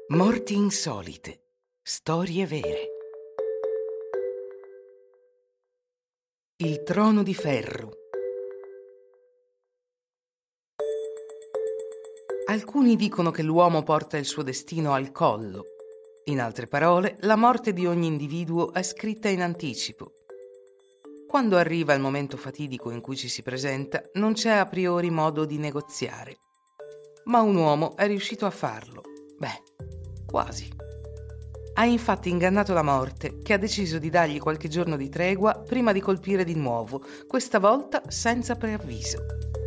Morti insolite. Storie vere. Il trono di ferro. Alcuni dicono che l'uomo porta il suo destino al collo. In altre parole, la morte di ogni individuo è scritta in anticipo. Quando arriva il momento fatidico in cui ci si presenta, non c'è a priori modo di negoziare. Ma un uomo è riuscito a farlo. Quasi. Ha infatti ingannato la morte, che ha deciso di dargli qualche giorno di tregua prima di colpire di nuovo, questa volta senza preavviso.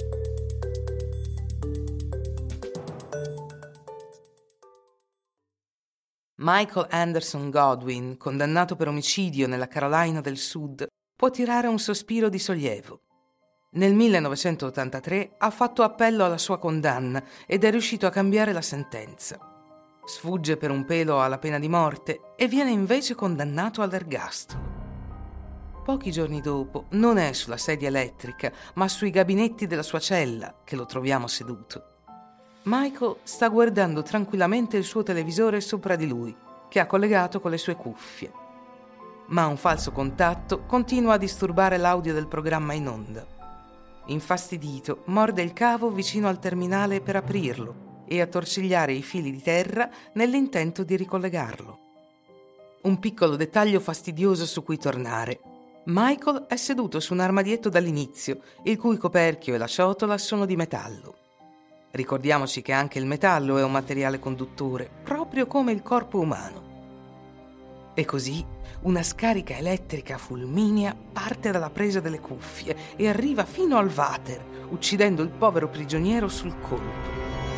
Michael Anderson Godwin, condannato per omicidio nella Carolina del Sud, può tirare un sospiro di sollievo. Nel 1983 ha fatto appello alla sua condanna ed è riuscito a cambiare la sentenza. Sfugge per un pelo alla pena di morte e viene invece condannato all'ergastolo. Pochi giorni dopo non è sulla sedia elettrica, ma sui gabinetti della sua cella che lo troviamo seduto. Michael sta guardando tranquillamente il suo televisore sopra di lui, che ha collegato con le sue cuffie. Ma un falso contatto continua a disturbare l'audio del programma in onda. Infastidito, morde il cavo vicino al terminale per aprirlo e attorcigliare i fili di terra nell'intento di ricollegarlo. Un piccolo dettaglio fastidioso su cui tornare. Michael è seduto su un armadietto dall'inizio, il cui coperchio e la ciotola sono di metallo. Ricordiamoci che anche il metallo è un materiale conduttore, proprio come il corpo umano. E così una scarica elettrica fulminea parte dalla presa delle cuffie e arriva fino al water, uccidendo il povero prigioniero sul colpo.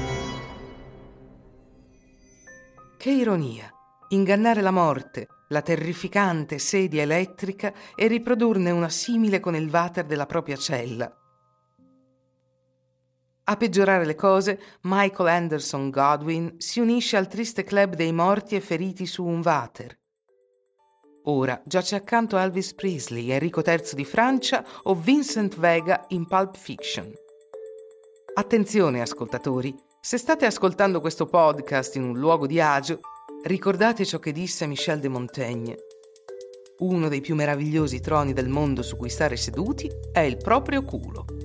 Che ironia! Ingannare la morte, la terrificante sedia elettrica e riprodurne una simile con il water della propria cella. A peggiorare le cose, Michael Anderson Godwin si unisce al triste club dei morti e feriti su un water. Ora giace accanto a Elvis Presley, Enrico III di Francia o Vincent Vega in Pulp Fiction. Attenzione, ascoltatori, se state ascoltando questo podcast in un luogo di agio, ricordate ciò che disse Michel de Montaigne. Uno dei più meravigliosi troni del mondo su cui stare seduti è il proprio culo.